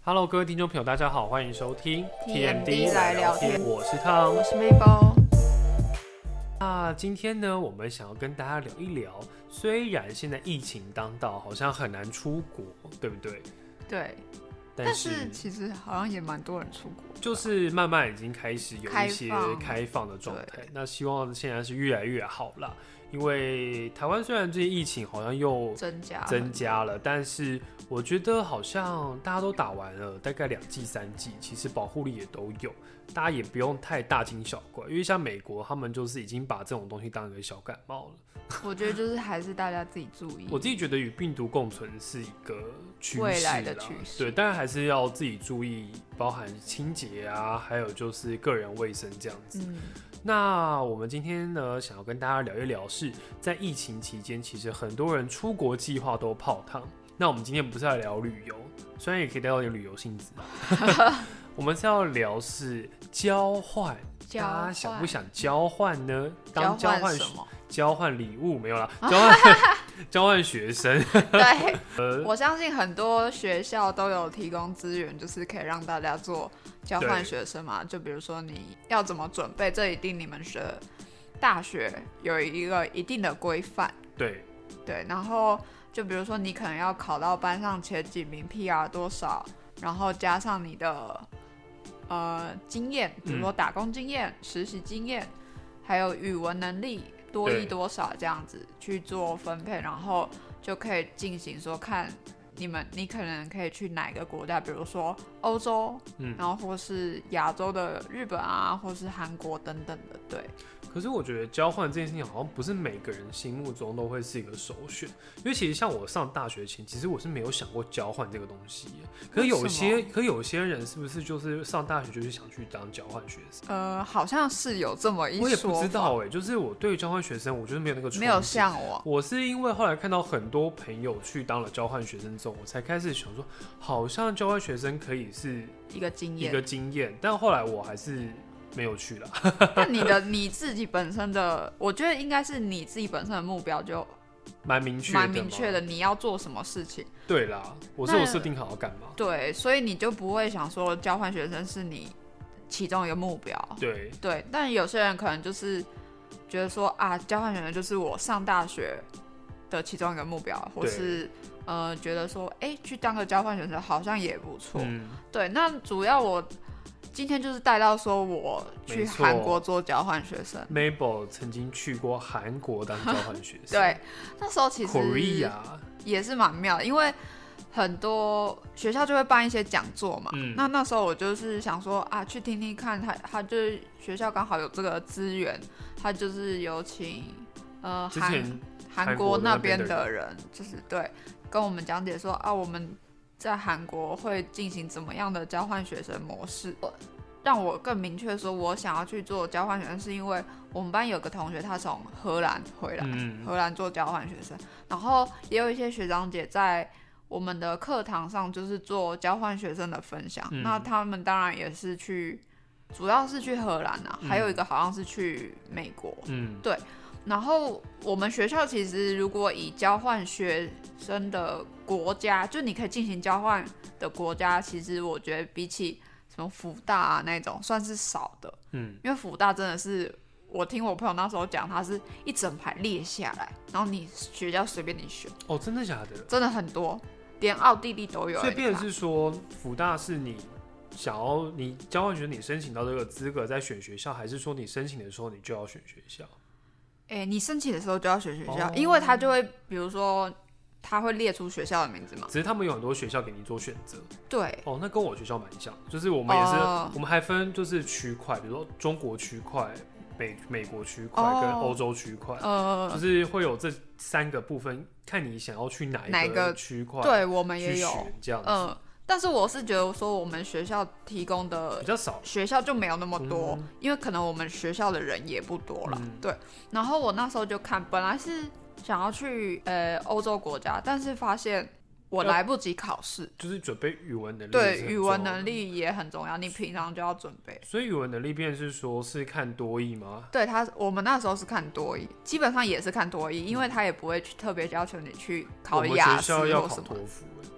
Hello， 各位听众朋友，大家好，欢迎收听 TMD 来聊天， 我是汤， 我是 Mabel。 那今天呢，我们想要跟大家聊一聊，虽然现在疫情当道，好像很难出国，对不对？ 对，但是其实好像也蛮多人出国， 就是慢慢已经开始有一些开放的状态。那希望现在是越来越好啦。因为台湾虽然最近疫情好像又增加了，但是我觉得好像大家都打完了，大概2剂3剂，其实保护力也都有，大家也不用太大惊小怪。因为像美国，他们就是已经把这种东西当一个小感冒了。 我觉得就是还是大家自己注意。 我自己觉得与病毒共存是一个趋势， 未来的趋势。 对，当然还是要自己注意，包含清洁啊，还有就是个人卫生这样子。那我们今天呢，想要跟大家聊一聊，是在疫情期间，其实很多人出国计划都泡汤。那我们今天不是要聊旅游，虽然也可以带到点旅游性质，我们是要聊是交换。大家想不想交换呢？当交换什么？交换礼物没有啦，交换学生。 对，我相信很多学校都有提供资源，就是可以让大家做交换学生嘛。就比如说你要怎么准备，这一定你们的大学有一个一定的规范。 对， 然后就比如说你可能要考到班上前几名 ，PR 多少，然后加上你的经验，比如说打工经验、实习经验，还有语文能力多益多少这样子去做分配，然后就可以进行说看你可能可以去哪个国家，比如说欧洲，然后或是亚洲的日本啊，或是韩国等等的，对。 可是我觉得交换这件事情好像不是每个人心目中都会是一个首选，因为其实像我上大学前，其实我是没有想过交换这个东西。可有些人是不是就是上大学就是想去当交换学生？ 好像是有这么一说法。 我也不知道就是我对于交换学生，我就是没有那个憧憬， 没有向往。 我是因为后来看到很多朋友去当了交换学生之后，我才开始想说，好像交换学生可以是一个经验，但后来我还是没有去了。 那你自己本身的，我觉得应该是你自己本身的目标就蛮明确的， 你要做什么事情。 对啦，我是有设定好要干嘛。 对，所以你就不会想说交换学生是你其中一个目标。对，但有些人可能就是觉得说啊，交换学生就是我上大学的其中一个目标，或是觉得说去当个交换学生好像也不错。对，那主要我今天就是带到说我去韩国做交换学生。 Mabel 曾经去过韩国当交换学生。 对，那时候其实 Korea 也是蛮妙的，因为很多学校就会办一些讲座嘛。那时候我就是想说啊，去听听看，他就是学校刚好有这个资源，他就是有请韩国那边的人，就是对跟我们讲解说啊，我们在韩国会进行怎么样的交换学生模式，让我更明确说我想要去做交换学生，是因为我们班有个同学他从荷兰回来，荷兰做交换学生，然后也有一些学长姐在我们的课堂上就是做交换学生的分享。那他们当然也是主要是去荷兰啊，还有一个好像是去美国。对。然后我们学校其实如果以交换学生的国家，就你可以进行交换的国家，其实我觉得比起什么辅大啊那种算是少的。因为辅大真的是我听我朋友那时候讲，他是一整排列下来，然后你学校随便你选。 哦，真的假的？ 真的很多，连奥地利都有。 所以变成是说辅大是你想要你交换学生，你申请到这个资格再选学校，还是说你申请的时候你就要选学校？ 你申请的时候就要选学校，因为他就会，比如说，他会列出学校的名字嘛。 只是他们有很多学校给你做选择。 对。 那跟我学校蛮像，就是我们也是，我们还分就是区块，比如说中国区块、美国区块跟欧洲区块，就是会有这3个部分，看你想要去哪一个区块。 对，我们也有这样子。 但是我是觉得说，我们学校提供的比较少， 学校就没有那么多，因为可能我们学校的人也不多了。对。然后我那时候就看，本来是想要去欧洲国家，但是发现我来不及考试， 就是准备语文能力。 对，语文能力也很重要，你平常就要准备。 所以语文能力便是说是看多益吗？ 对，我们那时候是看多益，基本上也是看多益，因为他也不会特别要求你去考雅思或什么。 我们学校要考托福。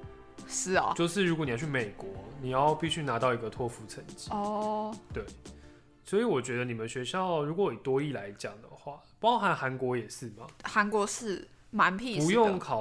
是哦， 就是如果你要去美国，你要必须拿到一个托福成绩。 哦， 对，所以我觉得你们学校如果以多益来讲的话，包含韩国也是吗？ 韩国是蛮屁， 不用考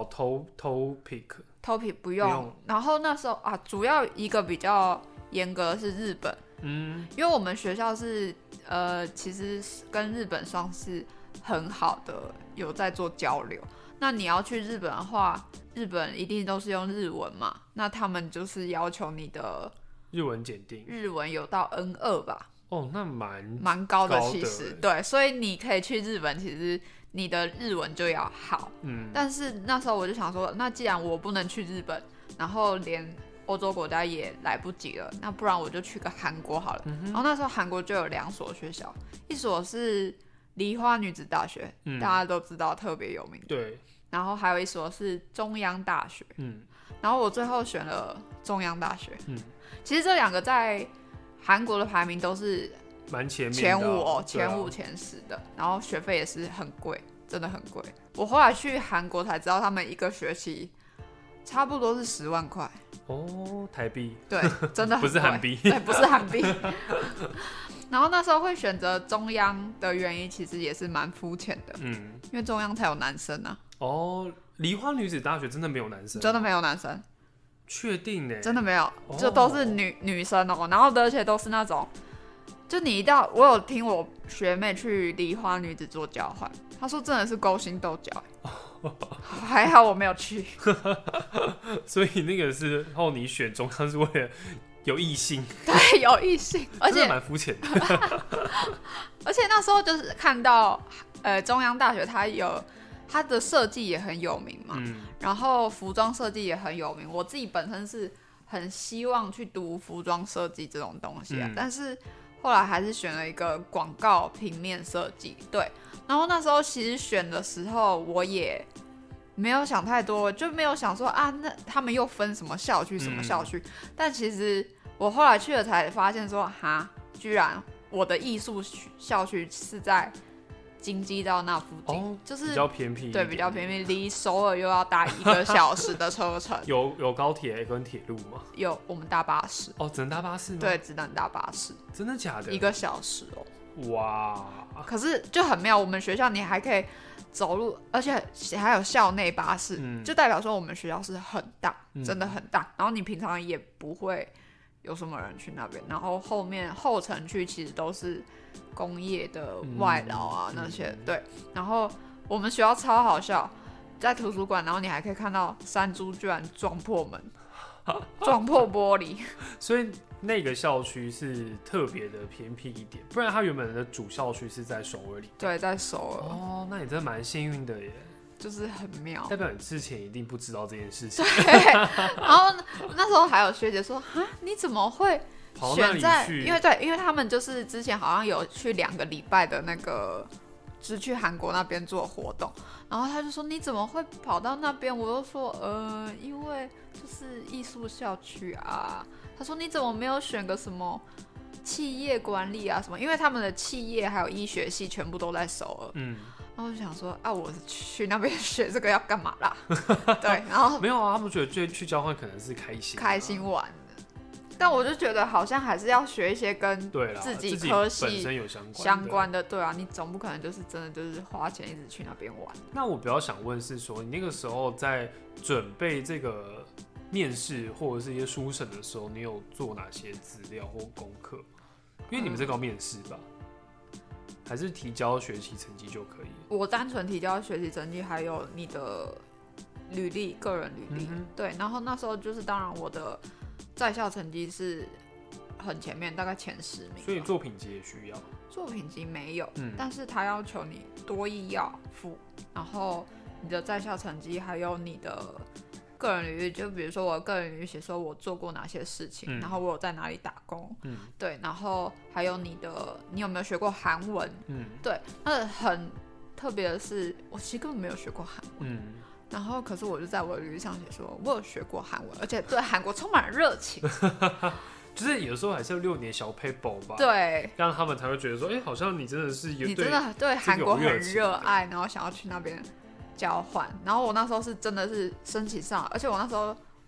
TOPIK。TOPIK 不用。然后那时候啊，主要一个比较严格的是日本，因为我们学校是其实跟日本算是很好的，有在做交流。那你要去日本的话，日本一定都是用日文嘛，那他们就是要求你的日文检定， 日文有到 N2 吧。 哦，那蛮高的其实，对，所以你可以去日本，其实你的日文就要好。但是那时候我就想说，那既然我不能去日本，然后连欧洲国家也来不及了，那不然我就去个韩国好了。然后那时候韩国就有2所学校，一所是梨花女子大学，大家都知道特别有名。 对。 然后还有一所是中央大学。然后我最后选了中央大学。其实这2个在韩国的排名都是蛮前面的， 前5、前5、前10的。然后学费也是很贵，真的很贵。我后来去韩国才知道，他们一个学期差不多是10万块。 哦，台币。 对，真的很贵。 不是韩币。 对，不是韩币。然后那时候会选择中央的原因，其实也是蛮肤浅的。因为中央才有男生啊。 哦，梨花女子大学真的没有男生？ 真的没有男生？ 确定呢？ 真的没有，就都是女生哦。然后而且都是那种，就你一定要，我有听我学妹去梨花女子做交换，她说真的是勾心斗角。还好我没有去。 所以那个是后你选中央是为了有异性？ 对，有异性，而且蛮肤浅的。 而且那时候就是看到中央大学它的设计也很有名嘛，然后服装设计也很有名。我自己本身是很希望去读服装设计这种东西啊，但是后来还是选了一个广告平面设计。对，然后那时候其实选的时候我也没有想太多，就没有想说啊，那他们又分什么校区什么校区。但其实我后来去了才发现说，哈，居然我的艺术校区是在京畿道那附近，就是比较偏僻， 对，比较偏僻，离首尔又要搭1个小时的车程。 有高铁跟铁路吗？ 有，我们搭巴士。 哦，只能搭巴士吗？ 对，只能搭巴士。 真的假的 ？1个小时哦。 哇！ 可是就很妙，我们学校你还可以走路，而且还有校内巴士，就代表说我们学校是很大，真的很大。然后你平常也不会有什么人去那边，然后后城区其实都是工业的外劳啊那些，对。然后我们学校超好笑，在图书馆，然后你还可以看到山猪居然撞破门，撞破玻璃。 所以那个校区是特别的偏僻一点，不然它原本的主校区是在首尔里。 对，在首尔。 哦，那你真的蛮幸运的耶。 就是很妙， 代表你之前一定不知道这件事情。 对，然后那时候还有学姐说：“啊，你怎么会选在？因为他们就是之前好像有去2个礼拜的那个，就是去韩国那边做活动。然后他就说你怎么会跑到那边？我就说因为就是艺术校区啊。他说你怎么没有选个什么企业管理啊什么？因为他们的企业还有医学系全部都在首尔。然后我就想说啊，我去那边学这个要干嘛啦？对，然后没有啊，他们觉得去交换可能是开心玩的，但我就觉得好像还是要学一些跟自己科系本身有相关的，对啊，你总不可能就是真的就是花钱一直去那边玩。 那我比较想问是说，你那个时候在准备这个面试或者是一些书审的时候，你有做哪些资料或功课？因为你们这个要面试吧？还是提交学习成绩就可以？ 我单纯提交学习成绩，还有你的履历、个人履历。对，然后那时候就是当然我的在校成绩是很前面，大概前10名。 所以作品集也需要？ 作品集没有，但是他要求你多益要附，然后你的在校成绩还有你的个人履历，就比如说我个人履历写说我做过哪些事情，然后我有在哪里打工，对，然后还有你有没有学过韩文，对，那很特别的是，我其实根本没有学过韩文，然后可是我就在我的履历上写说我有学过韩文，而且对韩国充满了热情。 就是有时候还是要6年小 paper 吧， 对， 让他们才会觉得说，好像你真的是你真的对韩国很热爱，然后想要去那边交换。然后我那时候是真的是申请上，而且我那时候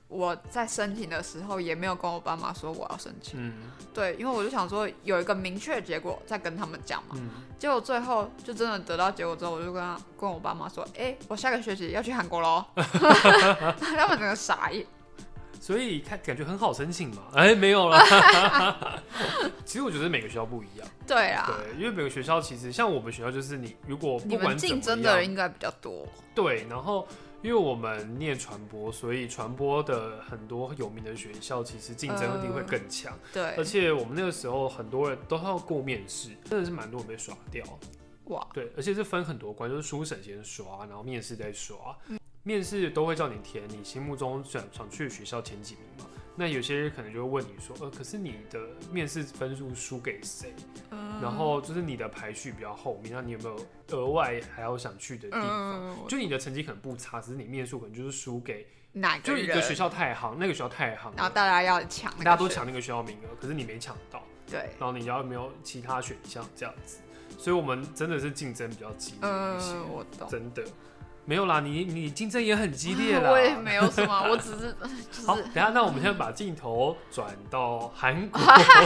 我在申请的时候也没有跟我爸妈说我要申请，对，因为我就想说有一个明确结果再跟他们讲嘛，结果最后就真的得到结果之后，我就跟我爸妈说，我下个学期要去韩国咯他们整个傻眼。 所以感觉很好申请嘛？没有啦。其实我觉得每个学校不一样。 对啦， 对，因为每个学校其实像我们学校就是你如果不管怎么样， 你们竞争的人应该比较多。 对，然后因为我们念传播，所以传播的很多有名的学校其实竞争力会更强。 对， 而且我们那个时候很多人都要过面试，真的是蛮多人被刷掉。 哇， 对，而且是分很多关，就是书审先刷，然后面试再刷。面试都会叫你填你心目中想去的学校前几名嘛。那有些人可能就会问你说，可是你的面试分数输给谁？然后就是你的排序比较后面，那你有没有额外还要想去的地方？就你的成绩可能不差，只是你面数可能就是输给哪个人？ 就一个学校太行，那个学校太行， 然后大家要抢， 大家都抢那个学校名额，可是你没抢到。 对， 然后你要没有其他选项这样子，所以我们真的是竞争比较激烈一些。 我懂， 真的。没有啦，你竞争也很激烈啦。 我也没有什么，我只是好，等一下，那我们现在把镜头转到韩国。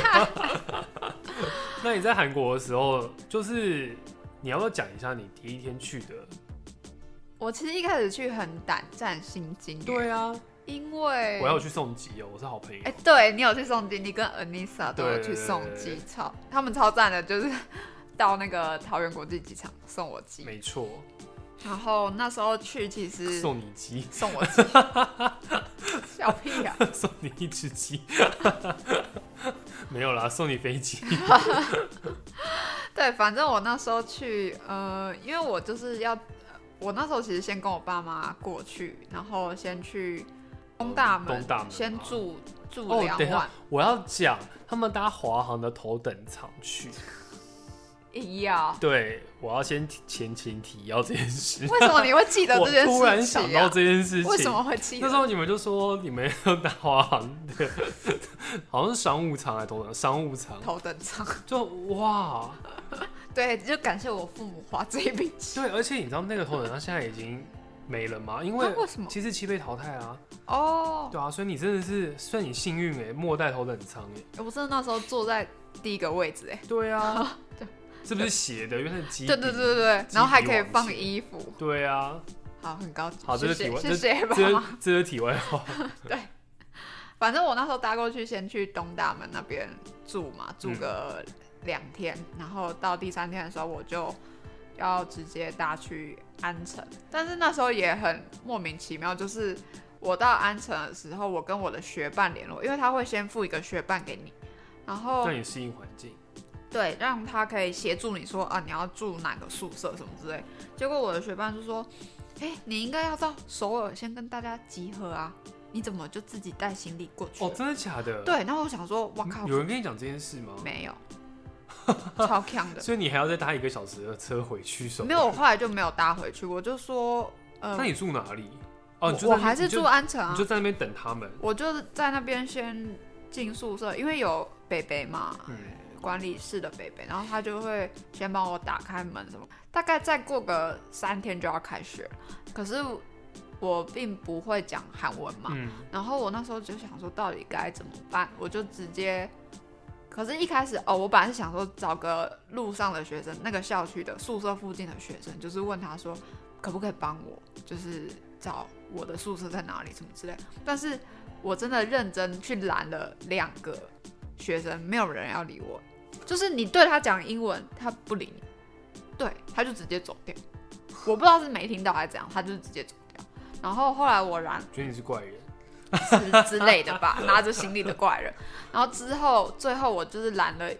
那你在韩国的时候，就是你要不要讲一下你第一天去的？ 我其实一开始去很胆战心惊。 对啊， 因为我要去送机哦，我是好朋友。 对，你有去送机，你跟 Anissa 都有去送机，他们超赞的，就是到那个桃园国际机场送我机。 没错。 然后那时候去，其实送你鸡， 送我鸡，小屁啊！ 送你一只鸡，没有啦，送你飞机。 对，反正我那时候去，因为我就是我那时候其实先跟我爸妈过去，然后先去东大门先住2晚。 我要讲，他们搭华航的头等舱去。对，我要先前情提要这件事。 为什么你会记得这件事情？ 我突然想到这件事情， 为什么会记得？ 那时候你们就说你们要搭华航的，好像是商务舱还是商务舱？ 头等舱。 就哇， 对，就感谢我父母花这一笔钱。 对，而且你知道那个头等舱现在已经没了吗？因为其实7被淘汰啊。 哦。 对啊，所以你真的是算你幸运末代头等舱我真的那时候坐在第一个位置对啊。是不是斜的？因为它是机对，然后还可以放衣服。 对啊， 好，很高级。 好，这是题外， 谢谢吧。 这是题外话。 对，反正我那时候搭过去，先去东大门那边住嘛，住个2天，然后到第3天的时候，我就要直接搭去安城。但是那时候也很莫名其妙，就是我到安城的时候，我跟我的学伴联络，因为他会先付一个学伴给你，然后让你适应环境。 对，让他可以协助你说你要住哪个宿舍什么之类。结果我的学伴就说，你应该要到首尔先跟大家集合啊，你怎么就自己带行李过去？ 真的假的？ 对，然后我想说，哇靠， 有人跟你讲这件事吗？ 没有，超强的。 所以你还要再搭1个小时的车回去？ 没有，我后来就没有搭回去，我就说， 那你住哪里？ 我还是住安城啊， 你就在那边等他们。 我就在那边先进宿舍，因为有北北嘛。管理室的北北，然后他就会先帮我打开门什么，大概再过个3天就要开学，可是我并不会讲韩文嘛，然后我那时候就想说到底该怎么办，我就直接，可是一开始我本来是想说找个路上的学生，那个校区的宿舍附近的学生，就是问他说可不可以帮我，就是找我的宿舍在哪里什么之类，但是我真的认真去拦了2个学生，没有人要理我。就是你对他讲英文，他不理你，对，他就直接走掉。我不知道是没听到还是怎样，他就是直接走掉。然后后来我觉得你是怪人之类的吧，拿着行李的怪人。然后最后我就是拦了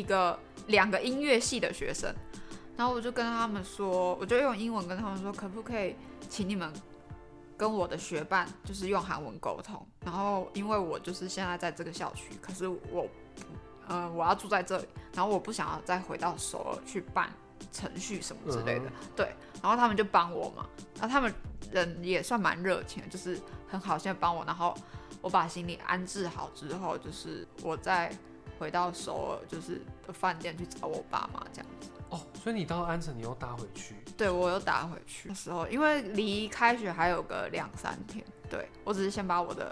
2个音乐系的学生，然后我就跟他们说，我就用英文跟他们说，可不可以请你们跟我的学伴就是用韩文沟通。然后因为我就是现在在这个校区，可是我要住在这里，然后我不想要再回到首尔去办程序什么之类的，对，然后他们就帮我嘛，然后他们人也算蛮热情的，就是很好心的帮我，然后我把行李安置好之后，就是我再回到首尔，就是的饭店去找我爸妈这样子。 所以你到安城你又搭回去？ 对，我又搭回去的时候，因为离开学还有个2-3天，对，我只是先把我的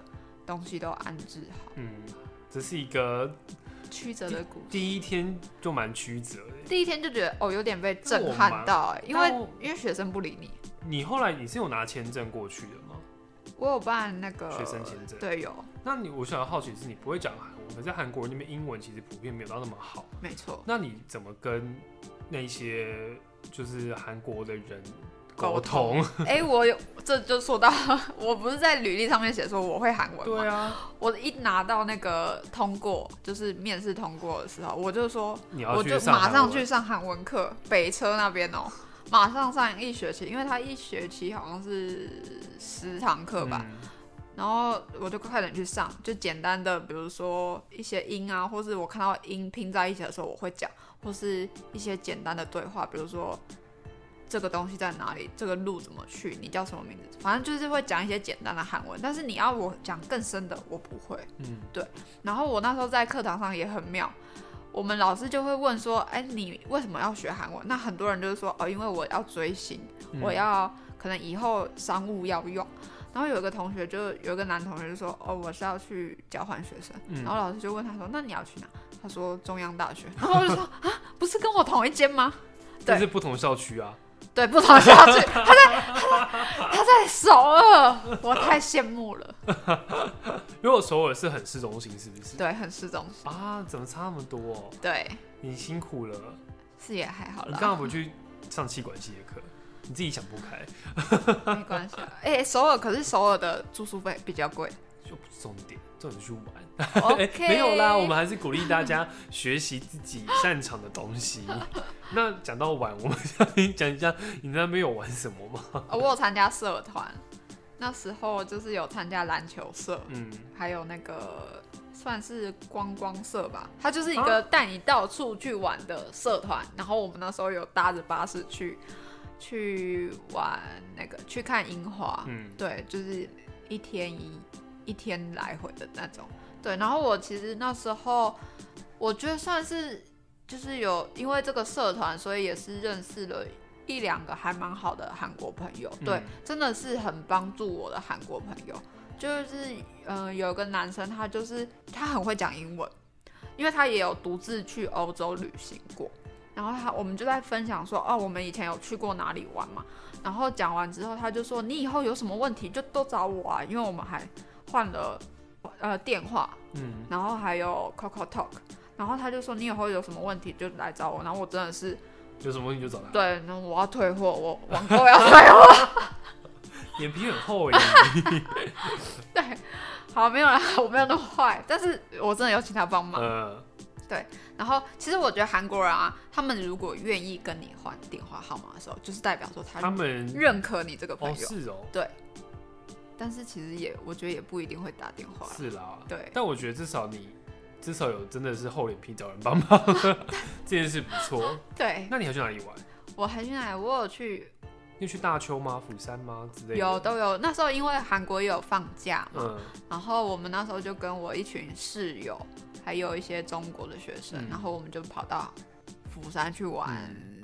东西都安置好。 这是一个曲折的故事。 第一天就蛮曲折的。 第一天就觉得有点被震撼到，因为学生不理你。 你后来你是有拿签证过去的吗？ 我有办那个学生签证， 对，有。 那我想要好奇是，你不会讲韩文，可是韩国人那边英文其实普遍没有到那么好。 没错。 那你怎么跟那些就是韩国的人沟通？ 这就说到，我不是在履历上面写说我会韩文吗？ 对啊。 我一拿到那个通过，就是面试通过的时候，我就说， 我就马上去上韩文课，北车那边马上上一学期，因为他一学期好像是10堂课吧。然后我就快点去上，就简单的，比如说一些音啊，或是我看到音拼在一起的时候我会讲，或是一些简单的对话，比如说这个东西在哪里，这个路怎么去，你叫什么名字，反正就是会讲一些简单的韩文。但是你要我讲更深的，我不会。对。然后我那时候在课堂上也很妙，我们老师就会问说，你为什么要学韩文？那很多人就是说，因为我要追星，我要可能以后商务要用。然后有一个男同学就说，我是要去交换学生。然后老师就问他说，那你要去哪？他说中央大学。然后我就说不是跟我同一间吗？ 这是不同校区啊。 对，不同校区。他在首尔，我太羡慕了。 因为我首尔是很市中心，是不是？ 对，很市中心啊，怎么差那么多？ 对， 你辛苦了。 是也还好啦。 你刚刚不去上企管系的课？你自己想不开。 没关系啊。可是首尔的住宿费比较贵。 就不是重点，重点是去玩。没有啦，我们还是鼓励大家学习自己擅长的东西。那讲到玩，我们讲一下你那边有玩什么吗？ 我有参加社团，那时候就是有参加篮球社，还有那个算是观光社吧，它就是一个带你到处去玩的社团。然后我们那时候有搭着巴士去玩那个去看樱花，对，就是一天来回的那种。对，然后我其实那时候我觉得算是就是因为这个社团，所以也是认识了1-2个还蛮好的韩国朋友。对，真的是很帮助我的韩国朋友。就是有个男生，他很会讲英文，因为他也有独自去欧洲旅行过。然后我们就在分享说，我们以前有去过哪里玩嘛。然后讲完之后，他就说，你以后有什么问题就都找我啊，因为我们还换了电话，然后还有 Coco Talk。然后他就说，你以后有什么问题就来找我。然后我真的是有什么问题就找他。 对，然后我要退货，我网购要退货。 脸皮很厚耶。 对，好，没有啦，我没有那么坏，但是我真的有请他帮忙。对，然后其实我觉得韩国人啊，他们如果愿意跟你换电话号码的时候，就是代表说他们认可你这个朋友。 是哦。 对。但是其实我觉得也不一定会打电话。 是啦。 对。 但我觉得至少有真的是厚脸皮找人帮忙，这件事不错。 对。 那你还去哪里玩？ 我还去哪里？我有去。 你去大邱吗？釜山吗？之类的。 有，都有。那时候因为韩国也有放假嘛，然后我们那时候就跟我一群室友，还有一些中国的学生，然后我们就跑到釜山去玩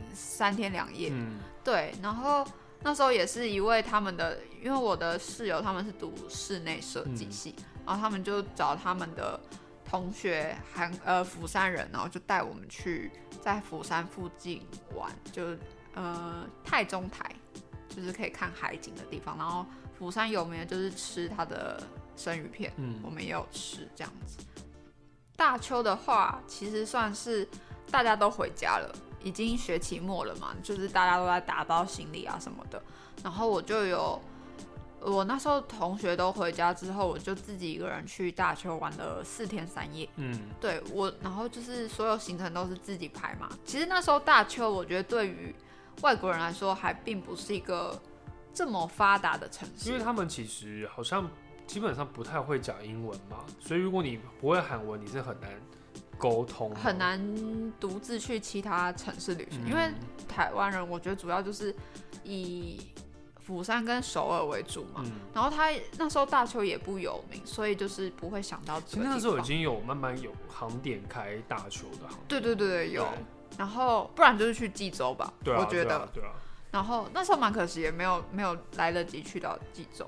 3天2夜。对，然后那时候也是一位因为我的室友他们是读室内设计系，然后他们就找他们的同学釜山人，然后就带我们去在釜山附近玩，就泰中台，就是可以看海景的地方。然后釜山有名的就是吃它的生鱼片，我们也有吃这样子。大邱的话，其实算是大家都回家了，已经学期末了嘛，就是大家都在打包行李啊什么的。然后我那时候同学都回家之后，我就自己一个人去大邱玩了4天3夜。对，然后就是所有行程都是自己排嘛。其实那时候大邱，我觉得对于外国人来说，还并不是一个这么发达的城市， 因为他们其实好像基本上不太会讲英文嘛，所以如果你不会韩文，你是很难沟通， 很难独自去其他城市旅行。因为台湾人，我觉得主要就是以釜山跟首尔为主嘛，然后他那时候大邱也不有名，所以就是不会想到这个地方。 那时候已经有慢慢有航点开大邱的航点。 对，有。然后不然就是去济州吧，我觉得。 对啊。 然后那时候蛮可惜，也没有来得及去到济州。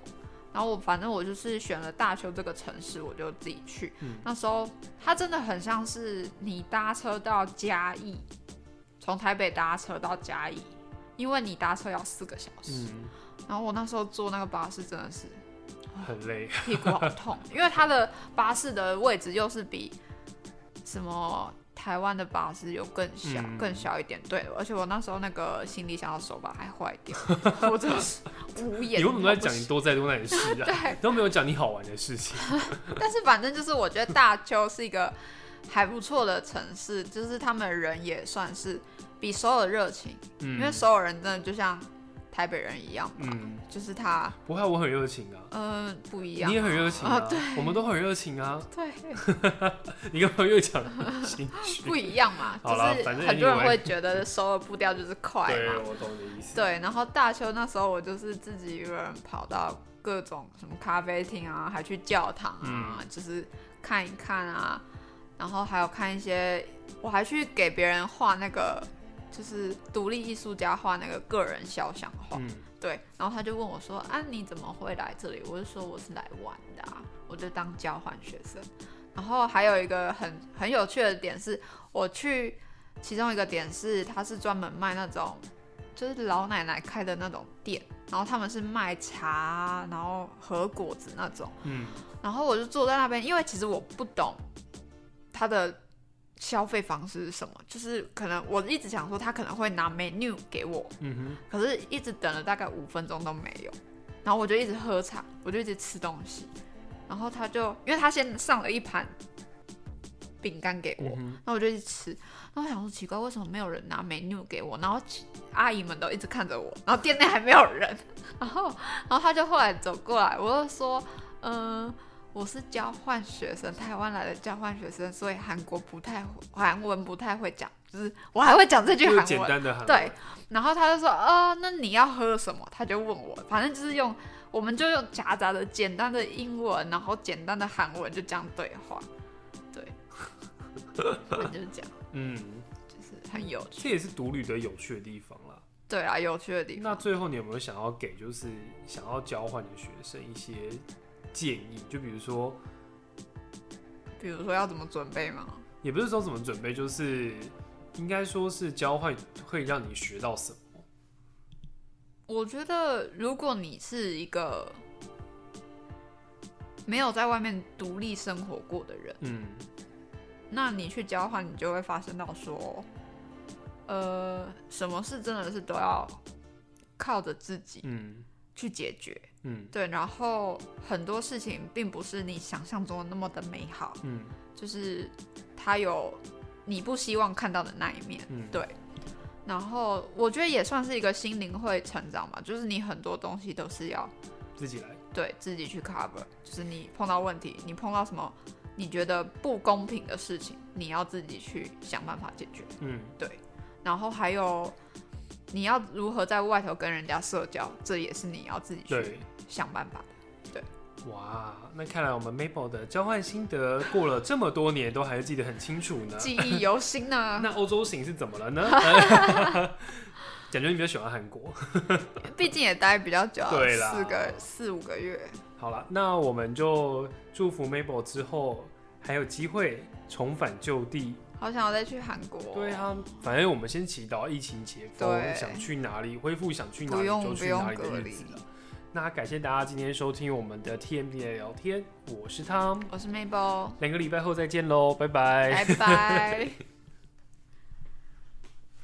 然后反正我就是选了大邱这个城市，我就自己去。那时候它真的很像是你搭车到嘉义，从台北搭车到嘉义，因为你搭车要4个小时。然后我那时候坐那个巴士真的是很累， 屁股好痛，因为它的巴士的位置又是比什么台湾的巴士有更小一点。对，而且我那时候那个行李箱的手把还坏掉，我真的是无言。 你为什么在讲你多灾多难的事啊？ 对， 都没有讲你好玩的事情。 但是反正就是我觉得大邱是一个还不错的城市，就是他们人也算是比首尔热情，因为首尔人真的就像台北人一样嘛，就是他不会，我很热情啊。 不一样， 你也很热情啊， 对， 我们都很热情啊。 对， 你干嘛又讲心虚？ 不一样嘛，就是很多人会觉得首尔步调就是快嘛。 对，我懂你的意思。 对，然后大邱那时候我就是自己一个人跑到各种什么咖啡厅啊，还去教堂啊，就是看一看啊，然后还有看一些，我还去给别人画那个。就是独立艺术家画那个个人肖像画，对，然后他就问我说：“啊，你怎么会来这里？”我就说我是来玩的啊，我就当交换学生。然后还有一个很有趣的点是，我去其中一个点是，他是专门卖那种就是老奶奶开的那种店，然后他们是卖茶，然后和果子那种，然后我就坐在那边，因为其实我不懂他的消费方式是什么，就是可能我一直想说他可能会拿 menu 给我，可是一直等了大概5分钟都没有，然后我就一直喝茶，我就一直吃东西，然后他就因为他先上了一盘饼干给我，然后我就一直吃，然后我想说奇怪为什么没有人拿 menu 给我，然后阿姨们都一直看着我，然后店内还没有人，然后他就后来走过来，我就说我是交换学生，台湾来的交换学生，所以韩文不太会讲，就是我还会讲这句韩文， 简单的韩文。 对，然后他就说那你要喝什么？他就问我，反正就是我们就用夹杂的简单的英文，然后简单的韩文就这样对话，对，就是这样，就是很有趣， 这也是独旅的有趣的地方啦。 对啊，有趣的地方。 那最后你有没有想要给就是想要交换的学生一些建议？就比如说要怎么准备吗？ 也不是说怎么准备，就是应该说是交换会让你学到什么？ 我觉得如果你是一个没有在外面独立生活过的人，那你去交换，你就会发现到说，什么事真的是都要靠着自己去解决，对，然后很多事情并不是你想象中的那么的美好，就是它有你不希望看到的那一面，对。然后我觉得也算是一个心灵会成长吧，就是你很多东西都是要自己来， 对，自己去 cover， 就是你碰到问题，你碰到什么你觉得不公平的事情，你要自己去想办法解决，对。然后还有你要如何在外头跟人家社交，这也是你要自己去想办法的，对。 哇，那看来我们 Maple 的交换心得过了这么多年都还是记得很清楚呢， 记忆犹新呢。 那欧洲行是怎么了呢？感觉你比较喜欢韩国， 毕竟也待比较久， 对啦 4-5个月。 好了，那我们就祝福 Maple 之后还有机会重返旧地。 好想要再去韩国。 对啊，反正我们先祈祷疫情解封，想去哪里恢复，想去哪里就去哪里的日子了。那感谢大家今天收听我们的 TMD 聊天，我是汤， 我是 Mabel， 2个礼拜后再见喽，拜拜， 拜拜。